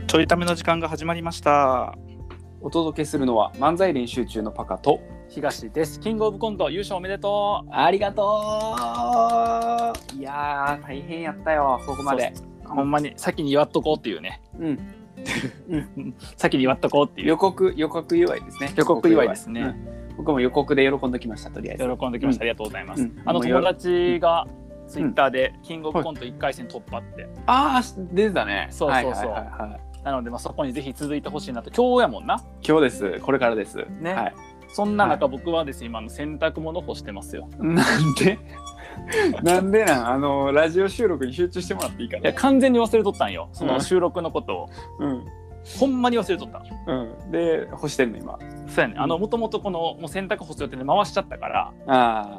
ちょいための時間が始まりました。 お届けするのは漫才練習中のパカと東です。キングオブコント優勝おめでとう。 ありがとう。いやー大変やったよここまで。 ほんまに先に祝っとこうっていうね。先に祝っとこうっていう予告祝いですね。 予告祝いですね。 僕も予告で喜んできました。とりあえず喜んできました。ありがとうございます。友達がツイッターでキングオブコント1回戦突破って。 ああ出てたね。 そう。なのでそこにぜひ続いてほしいなと。今日やもんな。 今日です。これからですね。はい、 そんな中、僕はですね今の洗濯物干してますよ。 なんでラジオ収録に集中してもらっていいかな。 いや完全に忘れとったんよその収録のことを。ほんまに忘れとった。 で干してんの今。 そうやね。もともとこのもう洗濯干す予定で回しちゃったから。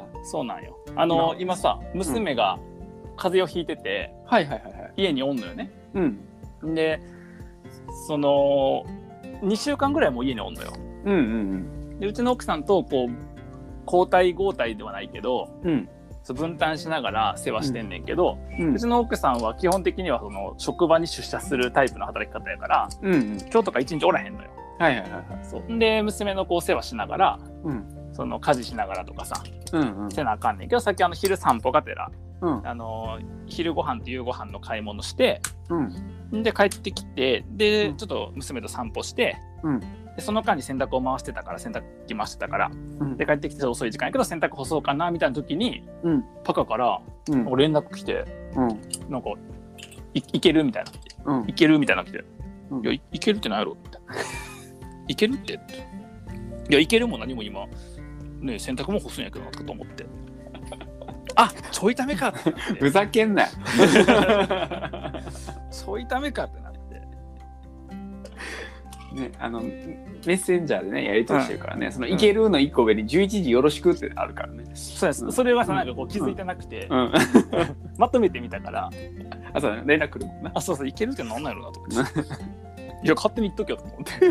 そうなんよ。今さ娘が風邪をひいてて、家におんのよね。でその2週間ぐらいもう家におんのよ。でうちの奥さんとこう交代交代ではないけど、分担しながら世話してんねんけど、うちの奥さんは基本的にはその職場に出社するタイプの働き方やから、今日とか一日おらへんのよ。そうで娘のこう世話しながら、その家事しながらとかさ、せなあかんねんけど、さっき昼散歩がてら、昼ご飯と夕ご飯の買い物して、で帰ってきて、でちょっと娘と散歩して、でその間に洗濯を回してたから洗濯機回してたから、で帰ってきて遅い時間やけど洗濯干そうかなみたいな時に、パカから、連絡来て、なんか いけるみたいな、いけるみたいな来て、いや いけるってなんやろみたいな。いけるって、いやいけるも何も今ね洗濯も干すんやけどなと思って、あちょいためかってふざけんなよちょいためかってなってね、メッセンジャーでねやりとりしてるからね、そのいけるの1個上に11時よろしくってあるからね。 そうです、それはさなんかこう気づいてなくて、まとめてみたから、 そうだね、連絡来るもんな。 そういけるってなんなんやろなと思っていや勝手に言っとけよと思って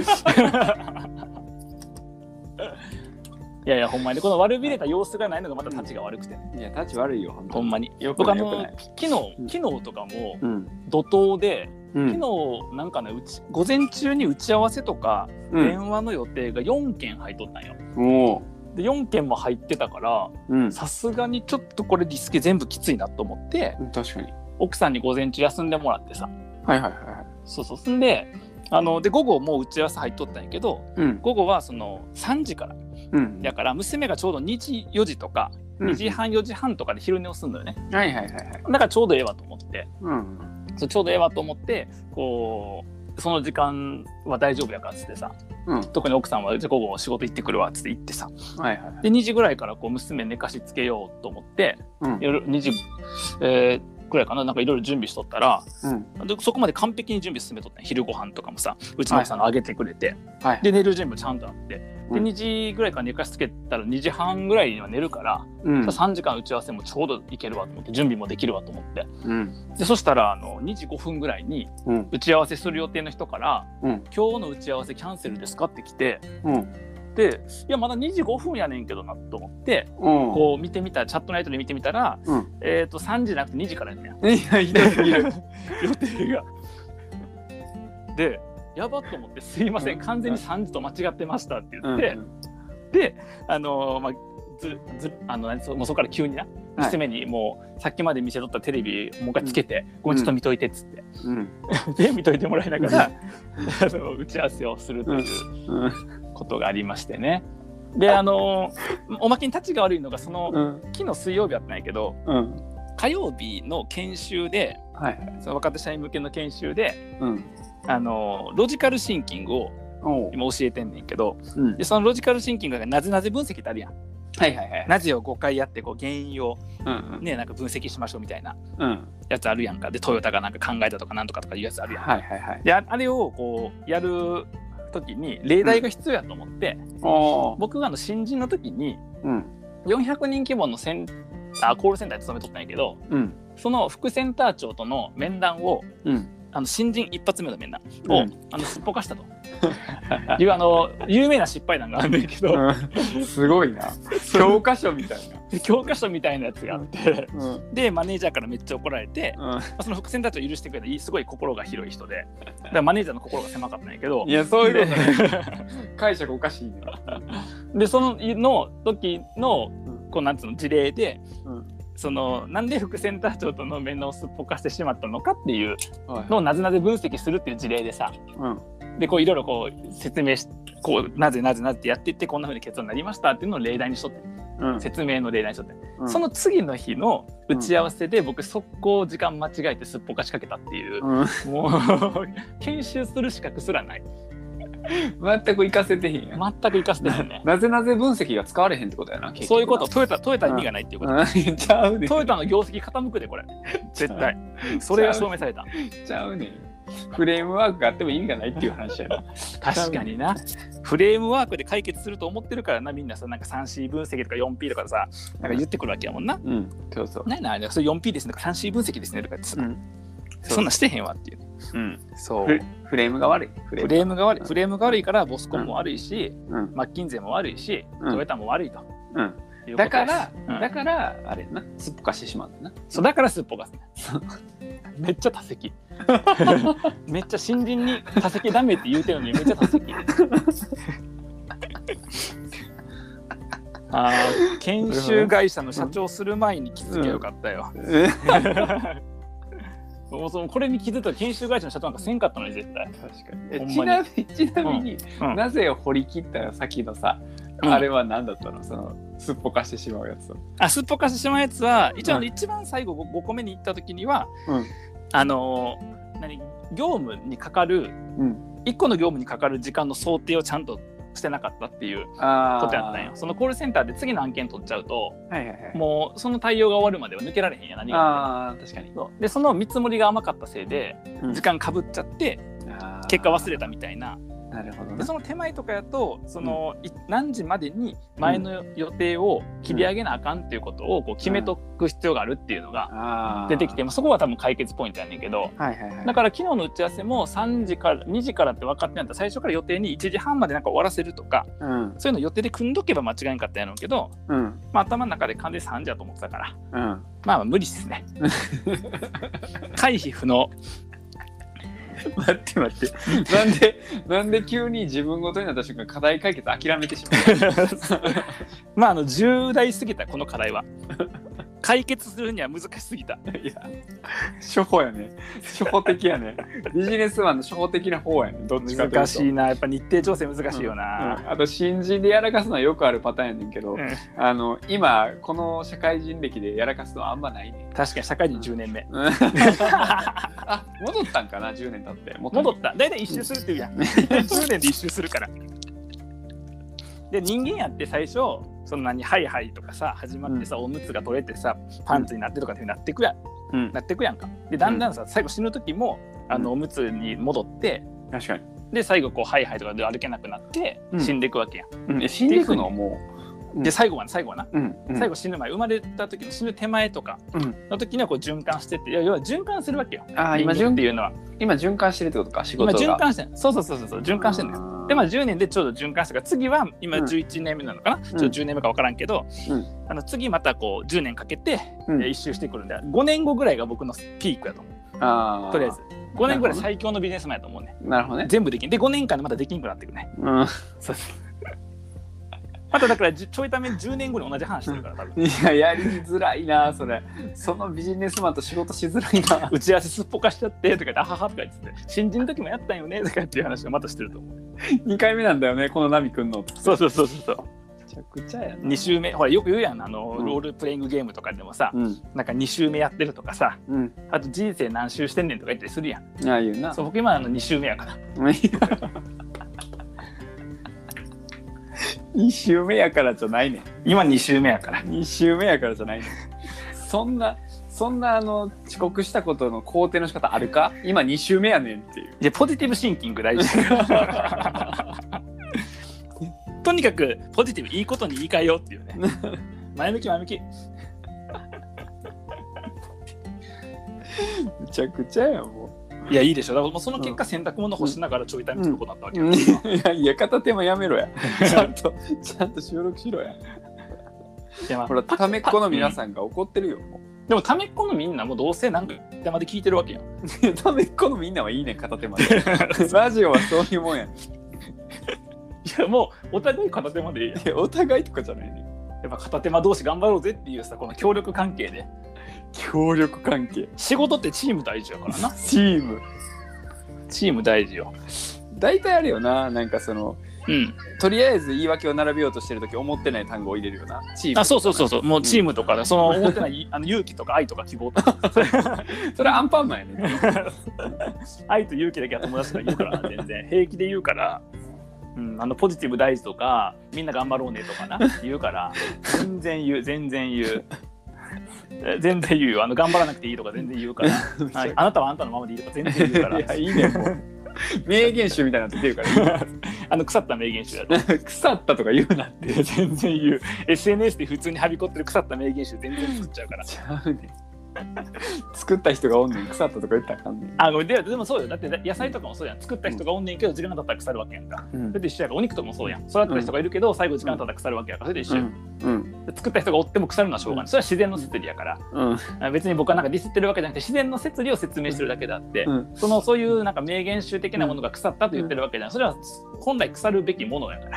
いやほんまにこの悪びれた様子がないのがまたタチが悪くて、 いやタチ悪いよほんまに。僕昨日とかも怒涛で、昨日なんかね午前中に打ち合わせとか電話の予定が4件入っとったんよ。で4件も入ってたからさすがにちょっとこれリスケ全部きついなと思って、 確かに奥さんに午前中休んでもらってさ、そんでで午後もう打ち合わせ入っとったんやけど、午後はその3時からだから娘がちょうど2時4時とか2時半4時半とかで昼寝をするのよね。だからちょうどええわと思って、ちょうどええわと思ってこうその時間は大丈夫やからっつってさ、特に奥さんはじゃあ午後仕事行ってくるわっつって行ってさ、で2時ぐらいからこう娘寝かしつけようと思って、夜2時、くらいかな、なんかいろいろ準備しとったら、でそこまで完璧に準備進めとったね。昼ご飯とかもさうちの奥さんがあげてくれて、で寝る準備もちゃんとあって、で2時ぐらいから寝かしつけたら2時半ぐらいには寝るから、3時間打ち合わせもちょうどいけるわと思って、準備もできるわと思って、でそしたら2時5分ぐらいに打ち合わせする予定の人から「今日の打ち合わせキャンセルですか?」って来て、でいやまだ2時5分やねんけどなと思って、こう見てみたらチャットナイトで見てみたら、3時じゃなくて2時からやねん。 ひどすぎる予定が。でやばっと思って「すいません完全に3時と間違ってました」って言って、でもうそこから急にな娘にもうさっきまで見せとったテレビもう一回つけて「ごめんちょっと見といて」っつって、で見といてもらいながら打ち合わせをするということがありましてね。でおまけにタチが悪いのがその、昨日水曜日やったんやけど、火曜日の研修で、その若手社員向けの研修で、ロジカルシンキングを今教えてんねんけど、でそのロジカルシンキングがなぜなぜ分析ってあるやん。なぜを5回やってこう原因を、なんか分析しましょうみたいなやつあるやんか。でトヨタがなんか考えたとかなんとかとかいうやつあるやん。であれをこうやる時に例題が必要やと思って、僕が新人の時に400人規模のコールセンターに勤めとったんやけど、その副センター長との面談を新人一発目の面談を、すっぽかしたという有名な失敗談があるんだけど、 すごいな、教科書みたいな教科書みたいなやつがあって、でマネージャーからめっちゃ怒られて、その伏線たちを許してくれたすごい心が広い人で、だからマネージャーの心が狭かったんやけど、 いやそういうことね解釈おかしいねでその時のこうなんつうの事例で、なんで副センター長との面談をすっぽかしてしまったのかっていうのをなぜなぜ分析するっていう事例でさ、でこういろいろこう説明しこうなぜってやっていってこんな風に結論になりましたっていうのを例題にしとって、説明の例題にしとって、その次の日の打ち合わせで僕速攻時間間違えてすっぽかしかけたっていう、もう研修する資格すらない。 全く活かせてへんやん。 全く活かせてへんね。 なぜ分析が使われへんってことやな。 そういうこと。トヨタ意味がないっていうこと。 ちゃうね。 トヨタの業績傾くでこれ。絶対。それが証明された。 ちゃうね。フレームワークがあっても意味がないっていう話やな。 確かにな。フレームワークで解決すると思ってるからな、みんなさ、なんか 3C 分析とか 4P とかさ、なんか言ってくるわけやもんな。 そうそう。 なんだ、それ 4P ですね、3C 分析ですねとか言ってさ、そんなしてへんわっていう。 そう。フレームが悪い。 フレームが悪いからボスコンも悪いし、マッキンゼーも悪いし、トヨタも悪いと。 だからあれな、すっぽかしてしまうんだな。 そうだからすっぽかす。めっちゃ多席。めっちゃ新人に多席ダメって言うてるのにめっちゃ多席。研修会社の社長する前に気づけばよかったよ。これに気づいたら研修会社の社長なんかせんかったのに絶対。 確かに。ちなみに、なぜ掘り切った先のさ、あれは何だったの？そのすっぽかしてしまうやつ。 すっぽかしてしまうやつは一応一番最後5個目に行った時には、業務にかかる1個の業務にかかる時間の想定をちゃんとしてなかったっていうことやったんよ。そのコールセンターで次の案件取っちゃうと、もうその対応が終わるまでは抜けられへんや何が。 確かに。 でその見積もりが甘かったせいで時間かぶっちゃって結果忘れたみたいな。 なるほどね。 でその手前とかやと何時までに前の予定を切り上げなあかんっていうことをこう決めとく必要があるっていうのが出てきて、そこが多分解決ポイントやねんけど、だから昨日の打ち合わせも3時から2時からって分かってんだったら最初から予定に1時半までなんか終わらせるとか、そういうの予定で組んどけば間違いんかったやろうけど、頭の中で完全に3時だと思ってたから、まあ無理ですね。回避不能。 待ってなんで急に自分ごとになった瞬間課題解決諦めてしまう重大すぎたこの課題は。解決するには難しすぎた。 いや初歩やね。初歩的やね。ビジネスマンの初歩的な方やね。どっちかというと難しいな。やっぱ日程調整難しいよな。 あと新人でやらかすのはよくあるパターンやねんけど、今この社会人歴でやらかすのはあんまないね。 確かに社会人10年目。 戻ったんかな10年経って。 戻った。だいたい一周するっていうやん。10年で一周するから。で人間やって最初そんなにハイハイとかさ始まってさ、おむつが取れてさパンツになってとかってなってくやんか。でだんだんさ最後死ぬ時もおむつに戻って、 確かに。 で最後こうハイハイとかで歩けなくなって死んでいくわけやん。 死んでいくのもうで最後はな、最後死ぬ前生まれた時の死ぬ手前とかの時にはこう循環してって要は循環するわけよ。 今っていうのは今循環してるってことか。仕事が今循環してる。そう循環してるのよ。で10年でちょうど循環したから次は今11年目なのかな、ちょっと10年目か分からんけど、次またこう10年かけて一周してくるんで、5年後ぐらいが僕のピークやと思う。とりあえず5年ぐらい最強のビジネスマンやと思うね。 なるほどね。 全部できんで5年間でまたできんくなっていくね。そうまただからちょいため10年後に同じ話してるから多分。 いややりづらいなそれ。そのビジネスマンと仕事しづらいな。 打ち合わせすっぽかしちゃってとか言ってあははとか言って新人の時もやったんよねとかっていう話をまたしてると思う。 2回目なんだよねこのナミくんの。 そう。めちゃくちゃやな。 2週目ほらよく言うやんロールプレイングゲームとかでもさ、なんか2週目やってるとかさ、あと人生何周してんねんとか言ったりするやん。 あ言うな。 そう僕今2週目やから。 2週目やからじゃないねん。 今2週目やから。 2週目やからじゃないねん。そんな遅刻したことの肯定の仕方あるか？今2週目やねんっていう。 いやポジティブシンキング大事。とにかくポジティブいいことに言い換えようっていうね。前向き。めちゃくちゃやんもう。 いやいいでしょ。だからもうその結果洗濯物干しながらちょいタイムすることになったわけいやいや片手間やめろやちゃんと収録しろや。いやほらためっ子の皆さんが怒ってるよ。 でもためっ子のみんなもどうせなんか片手間で聞いてるわけやん。 ためっ子のみんなはいいね片手間でラジオはそういうもんやねん。いやもうお互い片手間でいいやん。 いやお互いとかじゃないね。 やっぱ片手間同士頑張ろうぜっていうさこの協力関係で。 協力関係。 仕事ってチーム大事やからな。 チーム大事よ。 大体あるよな。なんかその、とりあえず言い訳を並べようとしてるとき思ってない単語を入れるよな。チーム。 あ、そうもうチームとか、その思ってない勇気とか愛とか希望とかそれはアンパンマンやね。 愛と勇気だけは友達が言うからな。全然平気で言うから、ポジティブ大事とかみんな頑張ろうねとかな言うから全然言うよ。頑張らなくていいとか全然言うから、はい、あなたはあなたのままでいいとか全然言うから。 いやいいねもう名言集みたいになってるから腐った名言集だと腐ったとか言うなって全然言う。 SNS で普通にはびこってる腐った名言集全然作っちゃうから。 ちゃうね作った人がおんねん腐ったとか言ったらあかんねん。 あ、でもそうよ。だって野菜とかもそうやん。作った人がおんねんけど時間が経ったら腐るわけやんか、それと一緒やから。お肉とかもそうやん。育てた人がいるけど最後時間が経ったら腐るわけやから。それと一緒、作った人がおっても腐るのはしょうがない。それは自然の摂理やから、別に僕はなんかディスってるわけじゃなくて自然の摂理を説明してるだけであって、そういうなんか名言集的なものが腐ったと言ってるわけじゃない。それは本来腐るべきものやから、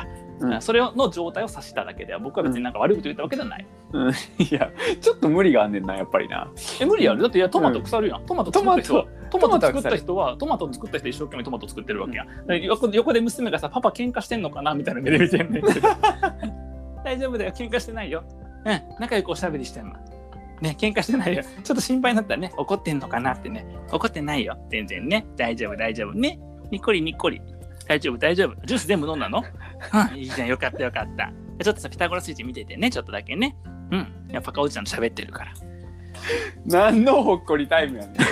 それの状態を指しただけでは僕は別になんか悪いこと言ったわけではない、 いやちょっと無理があんねんなやっぱりな。 無理やる。だっていやトマト腐るやん。トマト作った人はトマト作った人一生懸命トマト作ってるわけやん。横で娘がさパパ喧嘩してんのかなみたいな目で見てんねん大丈夫だよ喧嘩してないよ。仲良くおしゃべりしてんのね。喧嘩してないよ。ちょっと心配になったらね怒ってんのかなってね。怒ってないよ全然ね。大丈夫ね。にっこり大丈夫。ジュース全部飲んだの？いいじゃん。よかった。ちょっとさピタゴラスイッチ見ててね。ちょっとだけね。やっぱパカおじちゃんと喋ってるから。 何のほっこりタイムやねん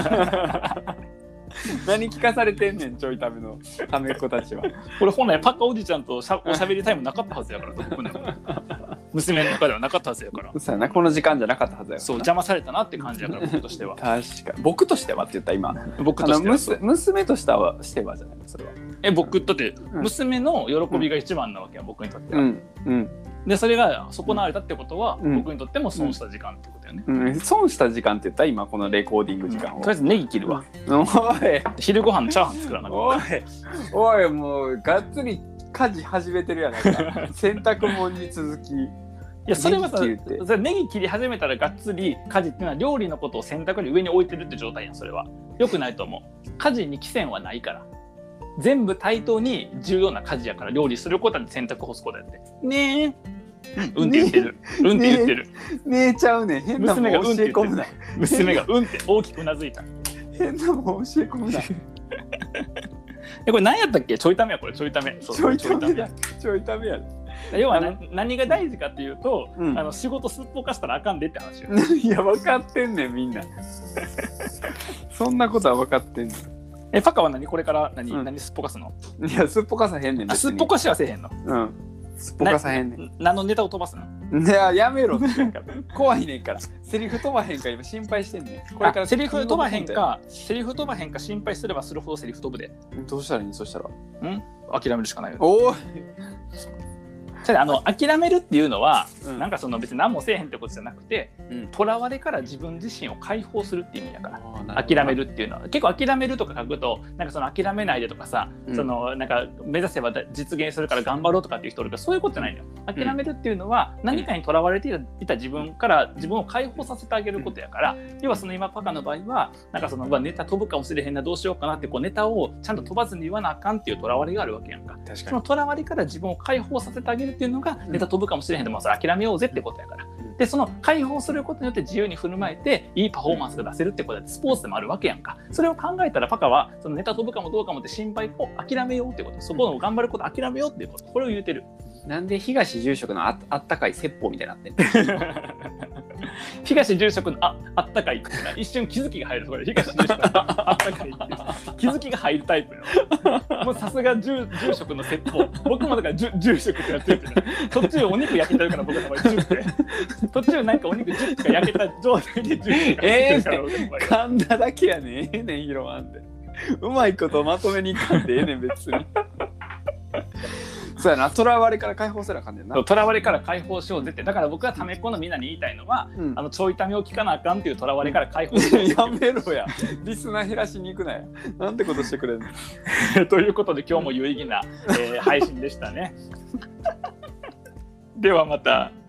何聞かされてんねんちょいためのためっ子たちは。 これ本来パカおじちゃんとおしゃべりタイムなかったはずやから僕ね娘の中ではなかったはずやから。 そうやな、この時間じゃなかったはずやから。 そう邪魔されたなって感じやから僕としては。 確かに僕としてはって言った今。 僕としては娘としてはじゃないそれは。 僕だって娘の喜びが一番なわけや、僕にとっては。でそれが損なわれたってことは、僕にとっても損した時間ってことよね。 損した時間って言ったら今このレコーディング時間を。 とりあえずネギ切るわ。 おい。 昼ご飯のチャーハン作らなきゃ。 おいもうがっつり家事始めてるやんか。洗濯物に続き。 いやそれはさ、ネギ切り始めたらがっつり家事っていうのは料理のことを洗濯に上に置いてるって状態やん。それは良くないと思う。家事に期限はないから。全部対等に重要な家事やから。料理することは洗濯干すことやってねえ。って言ってる。 姉ちゃうねん。変なもん教え込むな。 娘がって大きくうなずいた。 変なもん教え込むな。 これ何やったっけ？ちょいためやこれ。ちょいためや。 要は何が大事かっていうと、仕事すっぽかしたらあかんでって話よ。 いや分かってんねんみんな。そんなことは分かってんねん。 パカはこれから何すっぽかすの？ いやすっぽかさへんねん。 すっぽかしはせへんの。 すっぽかさへんねん。 何のネタを飛ばすの？ いややめろって言うから怖いねんから。セリフ飛ばへんか今心配してんねん。これからセリフ飛ばへんか心配すればするほどセリフ飛ぶで。 どうしたらいいの？そしたら諦めるしかないよ。 おい諦めるっていうのは、なんか別に何もせえへんってことじゃなくて、とらわれから自分自身を解放するっていう意味だから諦めるっていうのは。結構諦めるとか書くとなんか諦めないでとかさ、なんか目指せば実現するから頑張ろうとかっていう人いるけど、そういうことじゃないのよ。諦めるっていうのは、何かにとらわれていた自分から自分を解放させてあげることやから、要は今パカの場合はなんかネタ飛ぶかもしれへんな、どうしようかなってネタをちゃんと飛ばずに言わなあかんっていうとらわれがあるわけやんか。そのとらわれから自分を解放させてあげるっていうのが、ネタ飛ぶかもしれへんでもそれ諦めようぜってことやから。でその解放することによって自由に振る舞えていいパフォーマンスが出せるってことでスポーツでもあるわけやんか。それを考えたらパカはネタ飛ぶかもどうかもって心配を諦めようってこと、そこの頑張ること諦めようっていうこと、これを言うてる。 なんで東住職のあったかい説法みたいになってんの？ 東住職のあったかいってな一瞬気づきが入るところで東住職のあったかいって気づきが入るタイプよ。もうさすが住職の説法。僕もだから住職ってやってるって途中お肉焼けてるから僕の場合ジュって途中なんかお肉ジュッとか焼けた状態でジュッとか焼けてるから噛んだだけやねん拾わんでうまいことまとめにいかんで別にそうやな、囚われから解放せなあかんねんな。 囚われから解放しようぜって。だから僕はためっ子のみんなに言いたいのは、ちょいためを聞かなあかんっていう囚われから解放しようぜやめろや、リスナー減らしに行くなや。なんてことしてくれんのということで今日も有意義な、配信でしたね。ではまた。